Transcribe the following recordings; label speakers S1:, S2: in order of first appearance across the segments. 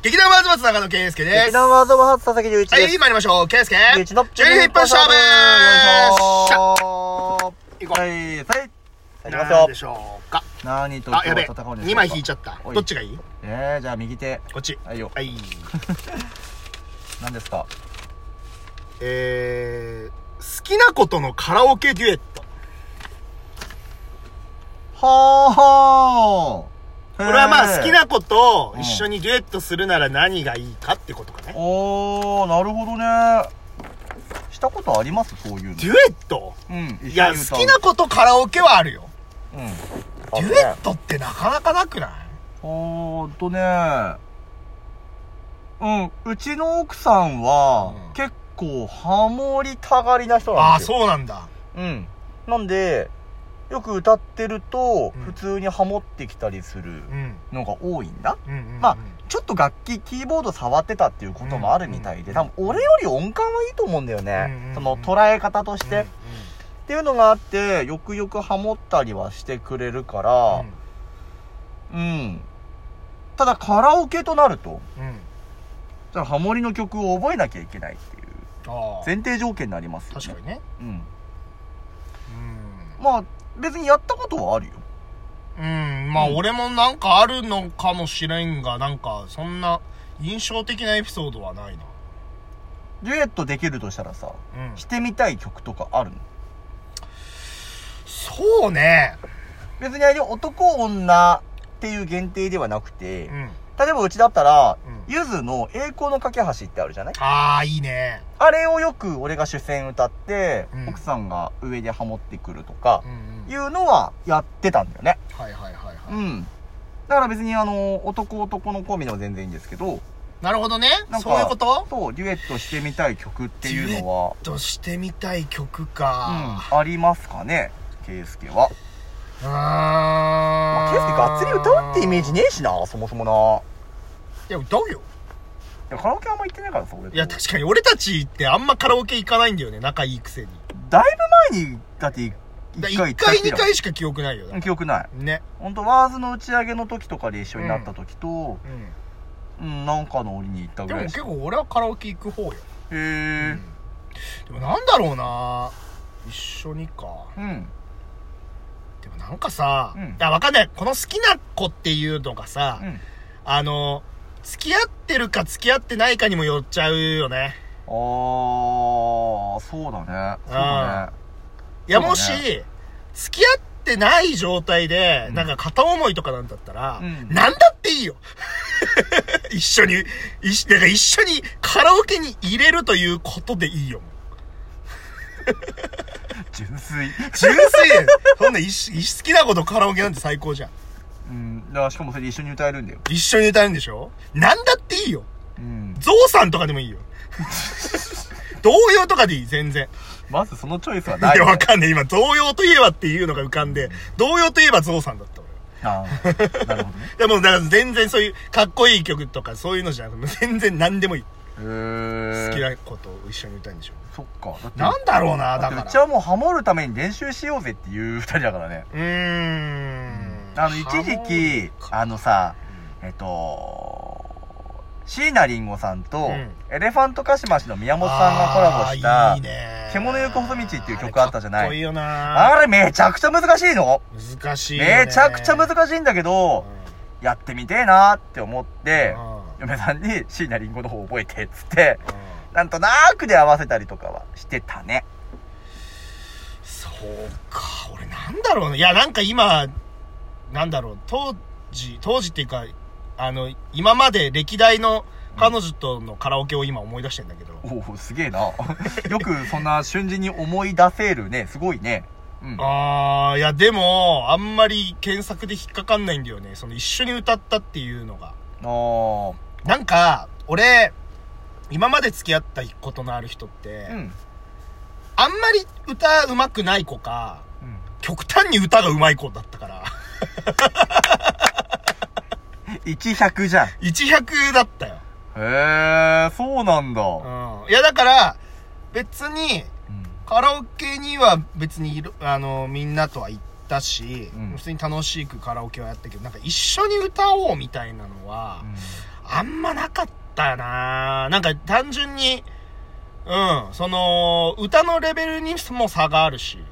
S1: 劇団ワーズバツ中野圭介です。
S2: 劇団ワーズバツ佐々木隆一です。
S1: はい、参りましょう。圭介。
S2: 隆一の
S1: 11分勝負
S2: 行こう。はい、はい。
S1: 何でしょうか。
S2: 何と今日は戦うんでしょうか。
S1: 2枚引いちゃった。どっちがいい？
S2: じゃあ右手。
S1: こっち。
S2: はいよ。
S1: はい。
S2: 何ですか？
S1: 好きなことのカラオケデュエット。
S2: はあ。
S1: これはまあ好きなことを一緒にデュエットするなら何がいいかってことかね。
S2: なるほどね。したことあります？そういうの。
S1: デュエット？
S2: うん。
S1: いや、好きなことカラオケはあるよ。
S2: うん。
S1: デュエットってなかなかなくない？
S2: うちの奥さんは、結構ハモりたがりな人なんですよ。
S1: あ、そうなんだ。
S2: うん。なんで、よく歌ってると、普通にハモってきたりするのが多いんだ。まあ、ちょっと楽器、キーボード触ってたっていうこともあるみたいで、多分俺より音感はいいと思うんだよね。その捉え方として。っていうのがあって、よくよくハモったりはしてくれるから、ただカラオケとなると、じゃあハモリの曲を覚えなきゃいけないっていう前提条件になりますよね。
S1: 確かにね。
S2: まあ別にやったことはあるよ。
S1: まあ俺もなんかあるのかもしれんが、なんかそんな印象的なエピソードはないな。
S2: デュエットできるとしたらさ、してみたい曲とかあるの？
S1: そうね。
S2: 別にあれ男女っていう限定ではなくて、例えばうちだったら、ゆずの栄光の架け橋ってあるじゃない？
S1: ああ、いいね。
S2: あれをよく俺が主旋歌って、奥さんが上でハモってくるとか、いうのはやってたんだよね。
S1: はいはいはいはい。
S2: だから別に男の込みの全然いいんですけど。
S1: なるほどね。そういうこと？
S2: そう、デュエットしてみたい曲っていうのは。
S1: デュエットしてみたい曲か。
S2: ありますかね、圭介は。圭介がっつり歌うってイメージねえしな、そもそもな。
S1: いや、歌うよ。
S2: いや、カラオケあんま行ってないからさ、俺。
S1: いや、確かに俺たちってあんまカラオケ行かないんだよね、仲いいくせに。
S2: だいぶ前に、だって1回
S1: 2回しか記憶ないよ。
S2: 記憶ない。
S1: ね。
S2: ほんと、ワーズの打ち上げの時とかで一緒になった時と、なんかの折に行ったぐらい。
S1: でも結構俺はカラオケ行く方よ。
S2: へえ。
S1: でもなんだろうな、一緒にか。でもなんかさ、いや、わかんない。この好きな子っていうのがさ、付き合ってるか付き合ってないかにもよっちゃうよね。
S2: そうだね。そうだね。
S1: いや、もし、付き合ってない状態で、なんか片思いとかなんだったら、なんだっていいよ。一緒にカラオケに入れるということでいいよ。
S2: 純粋。
S1: そんな好きなことカラオケなんて最高じゃん。
S2: だからしかもそれで一緒に歌えるんだよ。
S1: 一緒に歌えるんでしょ？なんだっていいよ。ゾウさんとかでもいいよ。童謡とかでいい、全然。
S2: まずそのチョイスはない。
S1: いや、わかんねえ。今、童謡といえばっていうのが浮かんで、童謡といえばゾウさんだった俺。
S2: なるほどね。
S1: でも、だから全然そういう、かっこいい曲とかそういうのじゃなくて、全然何でもいい。好きなことを一緒に歌うんでしょ。
S2: そっか。
S1: なんだろうな、だから。
S2: うちはもうハモるために練習しようぜっていう二人だからね。一時期、椎名林檎さんと、エレファントカシマシの宮本さんがコラボした、獣ゆく細道っていう曲あったじゃない。
S1: かっこいいよな。
S2: あれめちゃくちゃ難しいの。
S1: 難しいよね。
S2: めちゃくちゃ難しいんだけど、やってみてえなーって思って、嫁さんに椎名林檎の方覚えてっつって、なんとなーくで合わせたりとかはしてたね。
S1: そうか、俺なんだろうね。いや、なんか今、なんだろう、当時っていうか、今まで歴代の彼女とのカラオケを今思い出してんだけど。
S2: おお、すげえな。よくそんな瞬時に思い出せるね。すごいね。
S1: いや、でも、あんまり検索で引っかかんないんだよね。その一緒に歌ったっていうのが。なんか、俺、今まで付き合ったことのある人って、あんまり歌上手くない子か、極端に歌が上手い子だったから。
S2: 100じゃん。
S1: 100だったよ。
S2: へえ、そうなんだ。
S1: いや、だから、別に、カラオケには別にみんなとは行ったし、普通に楽しくカラオケはやったけど、なんか一緒に歌おうみたいなのは、 あんまなかったな。なんか単純に、その、歌のレベルにも差があるし。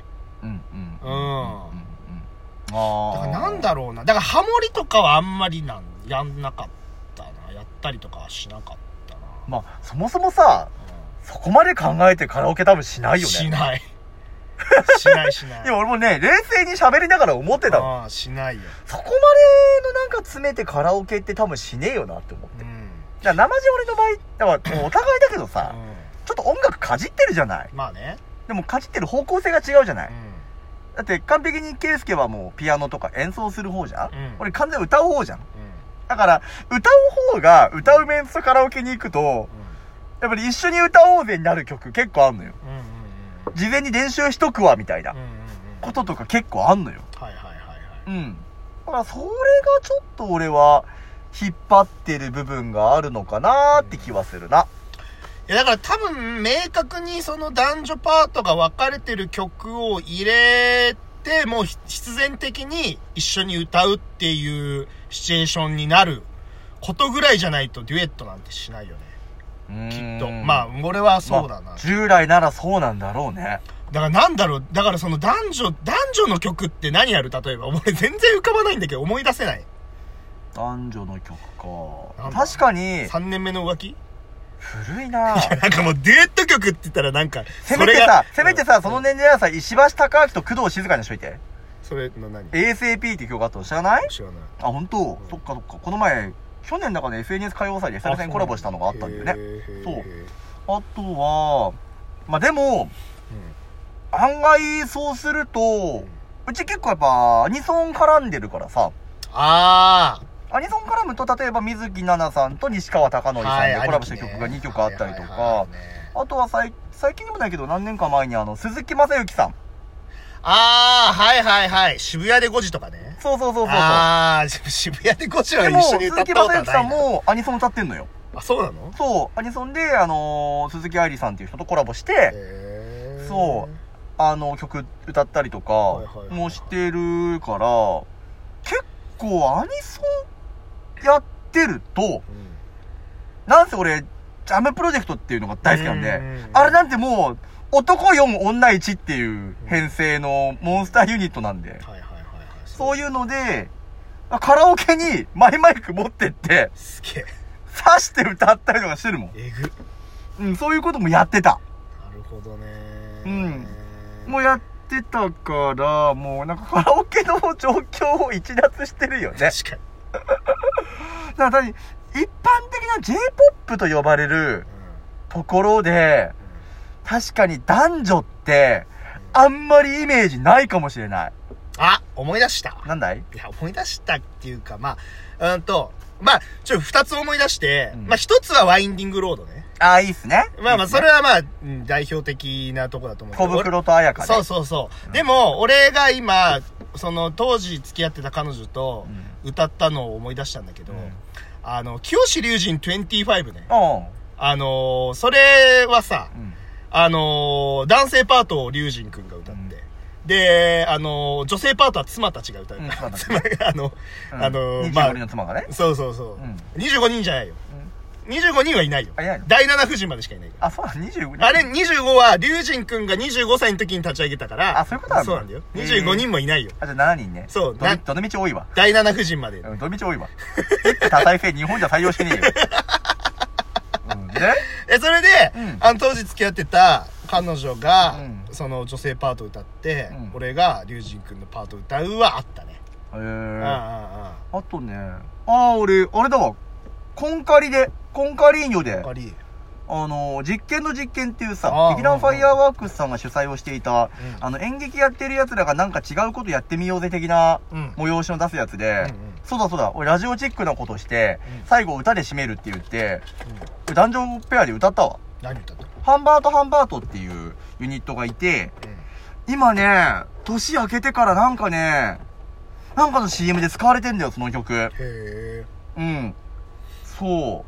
S1: だからなんだろうな。だからハモリとかはあんまりやんなかったな。やったりとかはしなかったな。
S2: まあ、そもそもさ、そこまで考えてカラオケ多分しないよね。
S1: しない。しない。
S2: いや、俺もね、冷静に喋りながら思ってたの。
S1: しないよ。
S2: そこまでのなんか詰めてカラオケって多分しねえよなって思って。だから生地俺の場合、だからお互いだけどさ、ちょっと音楽かじってるじゃない。
S1: まあね。
S2: でもかじってる方向性が違うじゃない。だって完璧にケイスケはもうピアノとか演奏する方じゃん。俺完全に歌う方じゃん。だから、歌う方が歌うメンツとカラオケに行くと、やっぱり一緒に歌おうぜになる曲結構あんのよ。事前に練習しとくわみたいなこととか結構あんのよ。だからそれがちょっと俺は引っ張ってる部分があるのかなーって気はするな。
S1: いやだから多分明確にその男女パートが分かれてる曲を入れて、もう必然的に一緒に歌うっていうシチュエーションになることぐらいじゃないとデュエットなんてしないよね。きっと。まあ、俺はそうだな。
S2: まあ、従来ならそうなんだろうね。
S1: だからなんだろう、だからその男女の曲って何やる？例えば、俺全然浮かばないんだけど思い出せない。
S2: 男女の曲か。確かに。
S1: 3年目の浮気？
S2: 古いな。
S1: いや、なんかもうデュエット曲って言ったらなんか、
S2: せめてさ、その年齢はさ、石橋貴明と工藤静香にしといて。
S1: それの何？
S2: ASAP って曲があったの知らない？
S1: 知らない。
S2: あ、本当？そっかそっか。この前、去年だからね、FNS 歌謡祭で久々にコラボしたのがあったんだよね。そう。あとは、まあ、でも、案外そうすると、うち結構やっぱアニソン絡んでるからさ。
S1: ア
S2: ニソン絡むと、例えば水木奈々さんと西川貴教さんでコラボした曲が2曲あったりとか、あとは最近でもないけど何年か前に鈴木雅之さん。
S1: 渋谷で5時とかね。
S2: そう。
S1: 渋谷で5時は一緒に歌ったことはないな。鈴木雅之さんも
S2: アニソン歌ってんのよ。
S1: あ、そうなの？
S2: そう、アニソンで、鈴木愛理さんっていう人とコラボして、そう、曲歌ったりとかもしてるから、結構アニソンやってると、なんせ俺、ジャムプロジェクトっていうのが大好きなんで、あれなんてもう、男4女1っていう編成のモンスターユニットなんで、そういうので、カラオケにマイク持ってって、
S1: すげえ。
S2: 刺して歌ったりとかしてるもん。そういうこともやってた。
S1: なるほどね。
S2: もうやってたから、もうなんかカラオケの状況を逸脱してるよね。
S1: 確かに。
S2: だから一般的な J-POP と呼ばれるところで、確かに男女ってあんまりイメージないかもしれない。
S1: あ、思い出した。
S2: なんだい？
S1: いや、思い出したっていうか、二つ思い出して、一つはワインディングロードね。
S2: ああ、いいっすね。
S1: それは代表的なとこだと思う。
S2: 小袋と綾香ね。
S1: そう。でも、俺が今、当時付き合ってた彼女と歌ったのを思い出したんだけど、清志隆人25ね。それはさ、男性パートを龍神くんが歌って、で、女性パートは妻たちが歌うから。
S2: 25人の妻がね。
S1: そう。25人じゃないよ。25人はいないよ。第7夫人までしかいないから。
S2: あ、そうなの？ 25人。
S1: あれ、25は、龍神くんが25歳の時に立ち上げたから。
S2: あ、そういうことなんだ。
S1: そうなんだよ。25人もいないよ。
S2: あ、じゃあ7人ね。
S1: そう。
S2: どの道多いわ。
S1: 第7夫人まで。
S2: どの道多いわ。多彩性日本じゃ採用してねえよ。
S1: それで、当時付き合ってた彼女が、その女性パート歌って、俺が龍神くんのパート歌うはあったね。
S2: あとね、俺、あれだわ。コンカリーニョで、実験の実験っていうさ、劇団ファイヤーワークスさんが主催をしていた、演劇やってる奴らがなんか違うことやってみようぜ的な催しを出すやつで、そうだ、俺ラジオチックなことして、最後歌で締めるって言って、男女ペアで歌ったわ。
S1: 何歌った？
S2: ハンバートっていうユニットがいて、今ね、年明けてからなんかの CM で使われてんだよ、その曲。そう。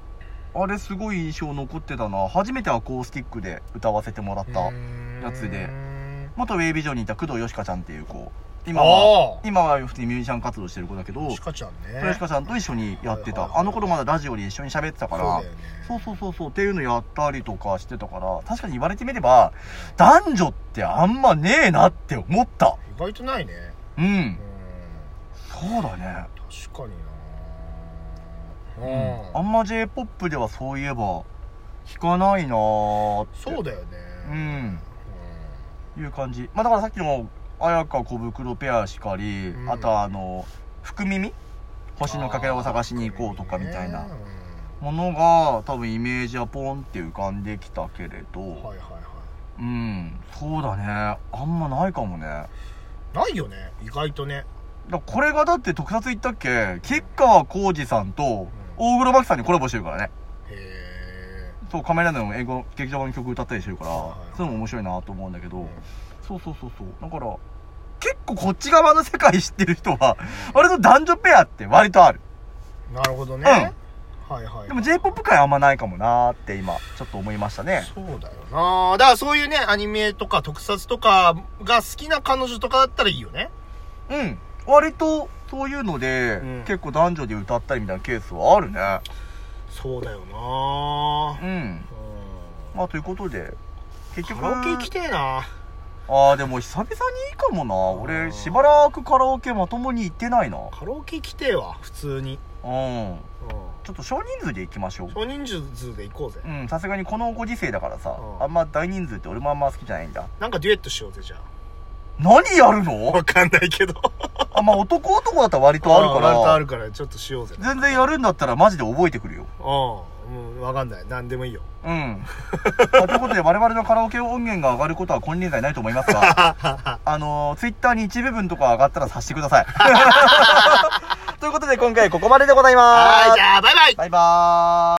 S2: あれすごい印象残ってたな。初めてアコースティックで歌わせてもらったやつで。元ウェイビジョンにいた工藤よしかちゃんっていう子今は普通にミュージシャン活動してる子だけど、
S1: よしかちゃんね。
S2: よしかちゃんと一緒にやってた。あの頃まだラジオで一緒に喋ってたから、そうっていうのやったりとかしてたから、確かに言われてみれば、男女ってあんまねえなって思った。
S1: 意外とないね。
S2: そうだね。
S1: 確かに
S2: な。あんま J-POP ではそういえば、弾かないなーって。
S1: そうだよね。
S2: いう感じ。まあだからさっきの、綾香小袋ペアしかり、あとは福耳星のかけらを探しに行こうとかみたいなものが多分イメージはポンって浮かんできたけれど、そうだね、あんまないかもね。
S1: ないよね、意外とね。
S2: これがだって特撮言ったっけ、吉川晃司さんと大黒摩季さんにコラボしてるからね。そう、仮面ライダーの英語劇場版の曲歌ったりしてるから、そういうのも面白いなと思うんだけど、そうだから結構こっち側の世界知ってる人は割と男女ペアって割とある。
S1: なるほどね。
S2: でも J-POP 界あんまないかもなーって今ちょっと思いましたね。
S1: そうだよな。だからそういうね、アニメとか特撮とかが好きな彼女とかだったらいいよね。
S2: 割とそういうので、結構男女で歌ったりみたいなケースはあるね。
S1: そうだよな。
S2: まあということで結局
S1: カラオケ行きてえな。
S2: でも久々にいいかもな。俺しばらくカラオケまともに行ってないな。
S1: カラオケ行きてえわ、普通に。
S2: ちょっと少人数で行きましょう。
S1: 少人数で行こうぜ。
S2: さすがにこのご時世だからさ、あんま大人数って俺もあんま好きじゃないんだ。
S1: なんかデュエットしようぜ、じゃあ。
S2: 何やるの？
S1: わかんないけど。
S2: まあ男だったら割とあるから。
S1: 割とあるからちょっとしようぜ。
S2: 全然やるんだったらマジで覚えてくるよ。
S1: わかんない。なんでもいいよ。
S2: ということで我々のカラオケ音源が上がることは金輪際ないと思いますが、ツイッターに一部分とか上がったらさせてください。ということで今回ここまででございます。
S1: じゃあバイバイ。
S2: バイバーイ。